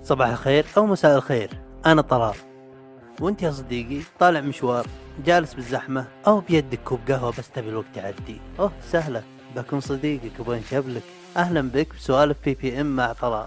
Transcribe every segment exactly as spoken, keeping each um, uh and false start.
صباح الخير أو مساء الخير، أنا طلال، وأنت يا صديقي طالع مشوار، جالس بالزحمة أو بيدك كوب قهوة بس تبي الوقت يعدي. أوه سهلة، بكون صديقك وبنشبلك. أهلا بك بسوالف بي بي إم مع طلال.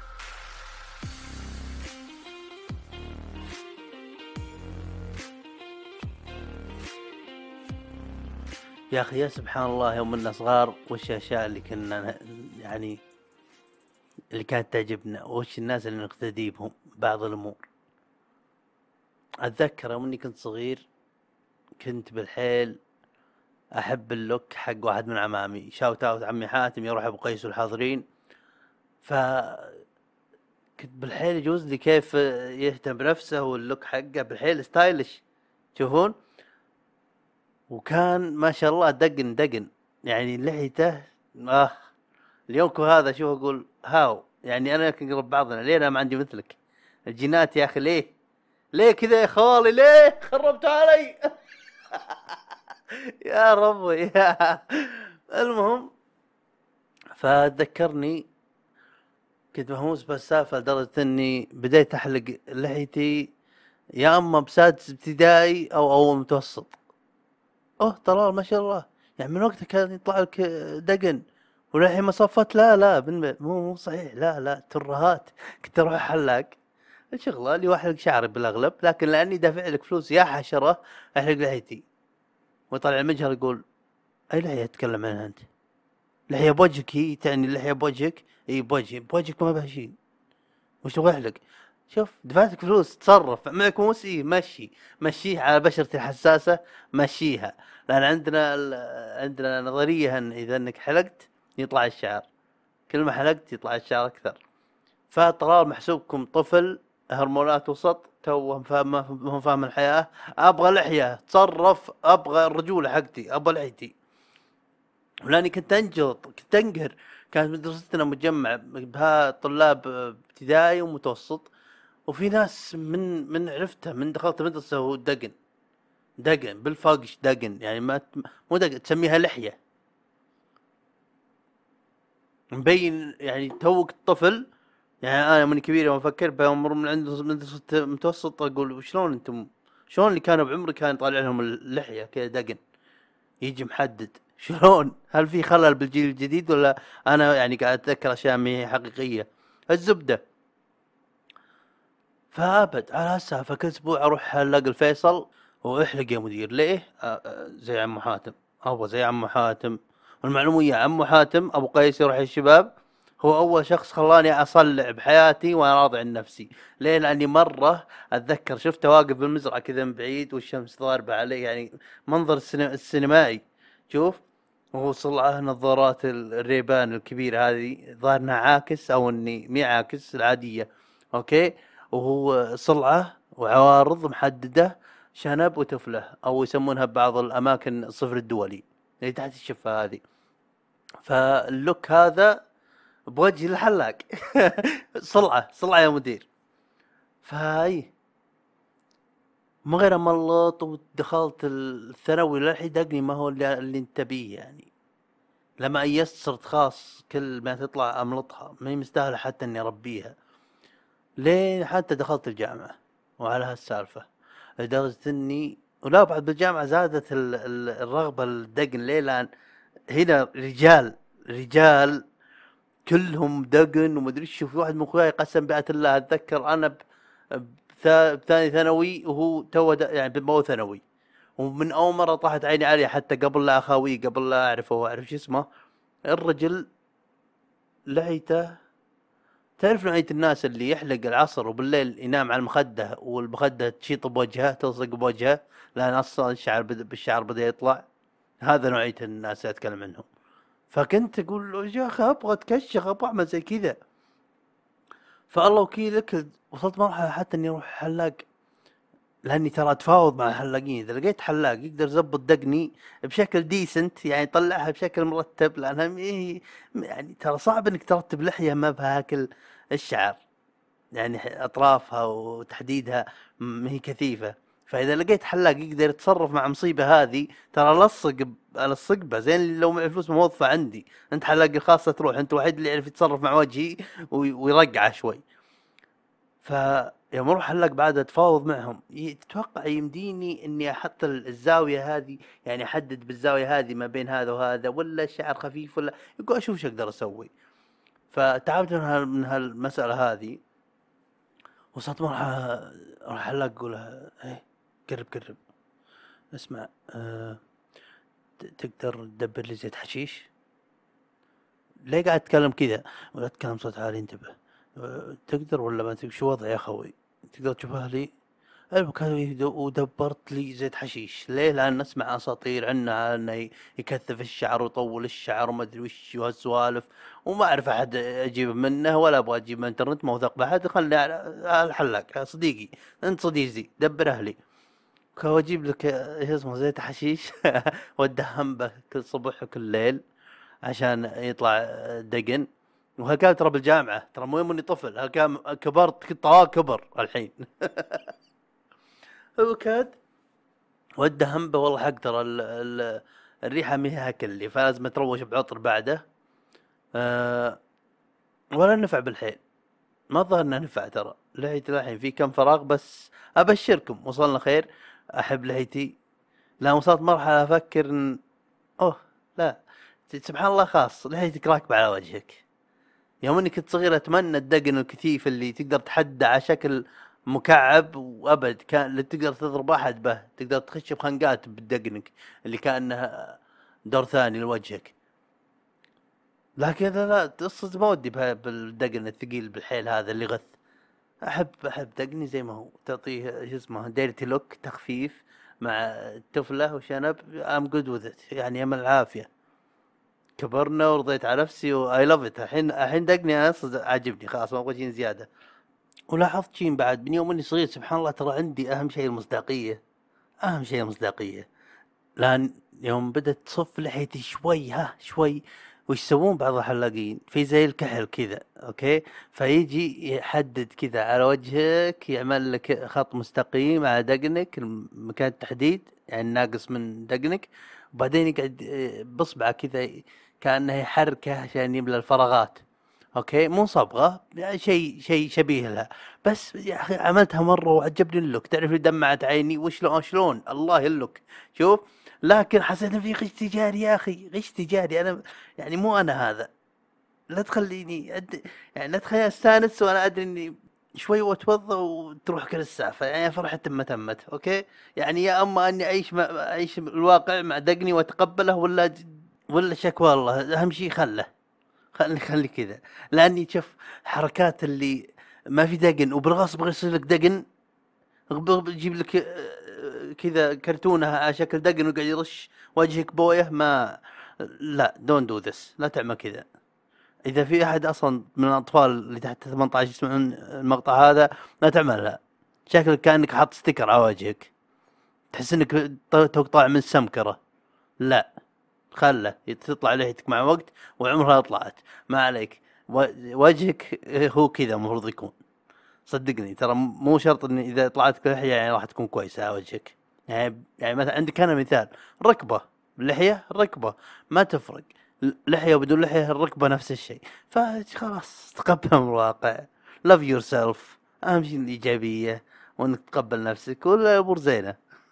يا أخي يا سبحان الله، يوم إننا صغار وش الأشياء اللي كنا يعني اللي كانت تعجبنا، وش الناس اللي نقتدي بهم بعض الأمور. أتذكر يوم إني كنت صغير كنت بالحيل احب اللوك حق واحد من عمامي، شاوت اوت عمي حاتم يروح ابو قيس والحاضرين. ف كنت بالحيل يجوز لي كيف يهتم بنفسه، واللوك حقه بالحيل ستايلش تشوفون، وكان ما شاء الله دقن دقن يعني لحيته. اه اليوم هذا شوف اقول هاو، يعني انا يمكن قرب بعضنا، ليه انا ما عندي مثلك الجينات يا اخي؟ ليه ليه كذا يا خوالي؟ ليه خربتوا علي؟ يا ربي يا المهم، فذكرني كنت مهووس بالسالفة لدرجة اني بديت احلق لحيتي يا اما بسادس ابتدائي او اول متوسط. اوه طلال ما شاء الله، يعني من وقتها كان يطلع لك دقن ولحية ما صفت؟ لا لا بالم... مو مو صحيح، لا لا ترهات. كنت اروح حلاق الشغلة اللي واحلق شعري بالاغلب، لكن لاني دافع لك فلوس يا حشرة احلق لحيتي. وطلع المجهر يقول اي لحية تتكلم عنها انت؟ لحية بوجهك هي؟ تعني اللحية بوجهك؟ اي بوجهي، بوجهك ما بها شيء، وش تبغى احلق؟ شوف دفعتك فلوس، تصرف معك موسي، مشي مشيه على بشرتي الحساسة، مشيها. لان عندنا عندنا نظرية ان اذا انك حلقت يطلع الشعر، كل ما حلقت يطلع الشعر اكثر. فطلال محسوبكم طفل هرمونات وسط، تو فاهم ما فاهم الحياة. ابغى لحية، تصرف، ابغى الرجولة حقتي، ابغى لحيتي. ولاني كنت انجلط، كنت انقهر. كانت مدرستنا مجمع بها طلاب ابتدائي ومتوسط، وفي ناس من من عرفتها من دخلت مدرسة هو دقن دقن بالفاقش دقن، يعني ما مو دقن، تسميها لحية مبين يعني توك طفل. يعني انا من كبير يوم افكر بامر من عند مدرسة متوسط اقول شلون انتم، شلون اللي كانوا بعمري كان طالع لهم اللحية كذا دقن يجي محدد؟ شلون؟ هل في خلل بالجيل الجديد ولا انا يعني قاعد اتذكر اشياء ما هي حقيقيه؟ الزبده. فابد على هالسالفه كل اسبوع اروح الاقي الفيصل واحلق يا مدير. ليه؟ آه آه زي عمو حاتم، ابغى زي عمو حاتم. والمعلومه يا عمو حاتم ابو قيس يروح الشباب هو اول شخص خلاني اصلع بحياتي وانا راضي عن نفسي. ليه؟ لاني مره اتذكر شفته واقف بالمزرعه كذا من بعيد والشمس ضاربه عليه، يعني منظر السينمائي. شوف وهو صلعه نظارات الريبان الكبيره هذه، ظاهر انها عاكس او اني مي عاكس العاديه. اوكي، وهو صلعه وعوارض محدده، شنب وتفله، او يسمونها ببعض الاماكن الصفر الدولي اللي تحت الشفه هذه. فاللوك هذا بوجه الحلاق صلعه صلعه يا مدير. فاي ما غير ملط، ودخلت الثانوي للحين دقني ما هو اللي, اللي انت بيه يعني. لما ايست صرت خاص كل ما تطلع املطها، ما هي مستاهله حتى اني اربيها. لين حتى دخلت الجامعه وعلى هالسالفه، لدرجه اني ولا بعد بالجامعه زادت ال ال الرغبه الدقن. ليه؟ لان هنا رجال رجال كلهم دقن ومدري ايش. في واحد من اخوياي قسم بآية الله اتذكر انا ب- بثاني ثانوي وهو تو يعني بمو ثانوي، ومن اول مره طاحت عيني عليه حتى قبل لا اخاويه، قبل لا اعرفه واعرف شو اسمه. الرجل لحيته، تعرف نوعية الناس اللي يحلق العصر وبالليل ينام على المخدة والمخدة تشيط بوجهه تلصق بوجهه لان اصلا الشعر بد... بالشعر بدا يطلع. هذا نوعية الناس اللي اتكلم عنهم. فكنت اقول له يا اخي ابغى اتكشخ، ابغى اعمل زي كذا. فالله وكيلك وصلت مرحلة حتى اني اروح حلاق، لاني ترى اتفاوض مع الحلاقين. اذا لقيت حلاق يقدر يزبط دقني بشكل ديسنت، يعني يطلعها بشكل مرتب، لانها إيه يعني ترى صعب انك ترتب لحية ما بهاكل الشعر، يعني اطرافها وتحديدها ما هي كثيفة. فاذا لقيت حلاق يقدر يتصرف مع مصيبة هذه، ترى لصق الصقبة زين. لو معي فلوس موظفة عندي، انت حلاق الخاصة تروح، انت الوحيد اللي يعرف يتصرف مع وجهي ويرقعه شوي. فيوم اروح حلاق بعد اتفاوض معهم، تتوقع يمديني اني احط الزاويه هذه، يعني احدد بالزاويه هذه ما بين هذا وهذا، ولا الشعر خفيف، ولا يقول اشوف شو اقدر اسوي. فتعبت من هال- من هالمساله هذه. وصلت مرحله اروح حلاق اقول له ايه قرب قرب اسمع، أه تقدر تدبر لي زيت حشيش؟ ليه قاعد تتكلم كذا؟ ولا تتكلم صوت عالي، انتبه. أه تقدر ولا ما تقدر؟ شو وضعي يا اخوي؟ تقدر تشوفها لي؟ المكان. ودبرت لي زيت حشيش. ليه؟ لان اسمع اساطير عنه انه يكثف الشعر ويطول الشعر وما ادري وش وهالسوالف، وما اعرف احد اجيب منه ولا ابغى اجيب من الانترنت، ما اوثق باحد. خلني على الحلاق صديقي، انت صديقي دبر اهلي. واجيب لك ايش اسمه زيت حشيش وادهم به كل صبح وكل ليل عشان يطلع دقن. وهالكلام ترى بالجامعه، ترى مو يوم اني طفل، هالكلام كبرت، كنت طوال كبر الحين. وكاد وادهم به والله حق ترى ال- ال- الريحه ميها كلي، فلازم تروش بعطر بعده. أه ولا نفع بالحيل، ما ظهر انه نفع ترى. لحيتي الحين في كم فراغ، بس ابشركم وصلنا خير. احب لحيتي، لا وصلت مرحله افكر ان اوه لا، سبحان الله خاص لحيتك راكبه على وجهك. يوم اني كنت صغير اتمنى الدقن الكثيف اللي تقدر تحدى على شكل مكعب، وابد كان اللي تقدر تضرب احد به، تقدر تخش بخنقات بدقنك اللي كانها دور ثاني لوجهك. لكن لا لا تصد ما ودي بالدقن الثقيل بالحيل هذا اللي غث. احب احب دقني زي ما هو، تعطيه شو اسمه ديرتي لوك تخفيف مع تفله وشنب. ام جود وذ ات، يعني يم العافيه. كبرنا ورضيت على نفسي واي لاف ات. الحين الحين دقني انا عاجبني خلاص، ما ابغى شيء زياده. ولاحظت شيء بعد من يوم اني صغير، سبحان الله ترى عندي اهم شيء المصداقيه. اهم شيء المصداقيه. لان يوم بدت تصف لحيتي شوي ها شوي، وش يسوون بعض الحلاقين في زي الكحل كذا، اوكي، فيجي يحدد كذا على وجهك، يعمل لك خط مستقيم على دقنك مكان التحديد، يعني ناقص من دقنك، وبعدين يقعد بصبعه كذا كانه يحركه عشان يملى الفراغات. اوكي مو صبغه، يعني شيء شيء شبيه لها. بس يا اخي عملتها مره وعجبني اللوك، تعرف لي دمعت عيني وشلون شلون الله اللوك. شوف، لكن حسيت ان في غش تجاري يا اخي، غش تجاري. انا يعني مو انا هذا، لا تخليني أد... يعني لا تخليني استانس وانا ادري اني شوي واتوضا وتروح كل السالفه، يعني فرحت تم تمت. اوكي، يعني يا اما اني اعيش مع اعيش الواقع مع دقني واتقبله، ولا ولا شكوى الله. اهم شيء خله خلي خلي كذا. لاني شوف حركات اللي ما في دقن وبالغصب يصير لك دقن، بيجيب لك آه، كذا كرتونه على شكل دقن وقاعد يرش وجهك بويه. ما لا دون دو ذس، لا تعمل كذا. اذا في احد اصلا من الاطفال اللي تحت ثمانية عشر يسمعون المقطع هذا، لا تعملها. شكلك كانك حاط ستيكر على وجهك، تحس انك توك طالع من سمكره. لا، خله تطلع لحيتك مع وقت وعمرها طلعت ما عليك. وجهك هو كذا المفروض يكون. صدقني ترى مو شرط ان اذا طلعت لحيه يعني راح تكون كويسه على وجهك. يعني يعني مثلا عندك انا مثال، ركبه اللحيه الركبه ما تفرق، لحيه وبدون لحيه الركبه نفس الشيء. فخلاص تقبل من الواقع. love yourself، اهم شيء الايجابيه وانك تقبل نفسك ولا الامور زينه.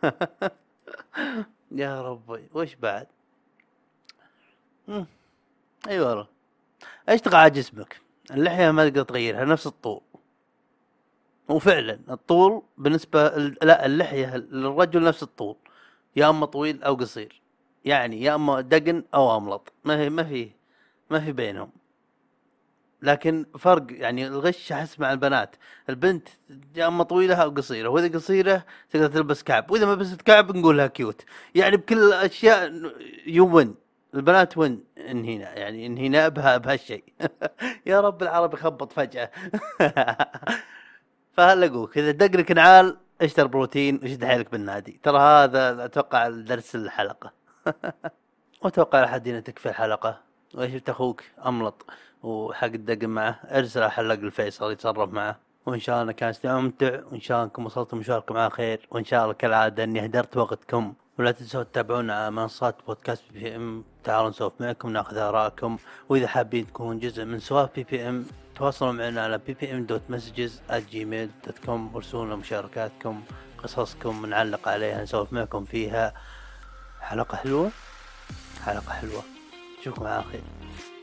يا ربي وش بعد؟ مم. ايوه، ايش تقع على جسمك؟ اللحيه ما تقدر تغيرها، نفس الطول. وفعلا الطول بالنسبه لا اللحيه للرجل نفس الطول، يا اما طويل او قصير، يعني يا اما دقن او املط، ما في ما في ما في بينهم. لكن فرق يعني الغش احس مع البنات. البنت يا اما طويله او قصيره، واذا قصيره تقدر تلبس كعب، واذا ما لبست كعب نقولها كيوت. يعني بكل الاشياء يوين. البنات وين ان هنا، يعني ان هنا بها بهالشيء. يا رب العرب يخبط فجاه. فهلقوك اذا دقنك نعال اشتر بروتين وشد حيلك بالنادي. ترى هذا اتوقع درس الحلقه. واتوقع لحد هنا تكفي الحلقه. وايش شفت اخوك املط وحق الدقن معه، ارسل حلق الفيصل يتصرف معه. وان شاء الله كان استماع ممتع، وان شاء الله انكم وصلتم مشواركم على خير، وان شاء الله كالعاده اني هدرت وقتكم. ولا تنسوا تتابعونا على منصات بودكاست بي بي ام. تعالوا نسولف معكم ناخذ ارائكم، واذا حابين تكونوا جزء من سوالف بي بي ام تواصلوا معنا على بي بي ام دوت مسجز آت جيميل دوت كوم، ارسلونا مشاركاتكم قصصكم نعلق عليها نسولف معكم فيها. حلقة حلوة حلقة حلوة، نشوفكم على خير.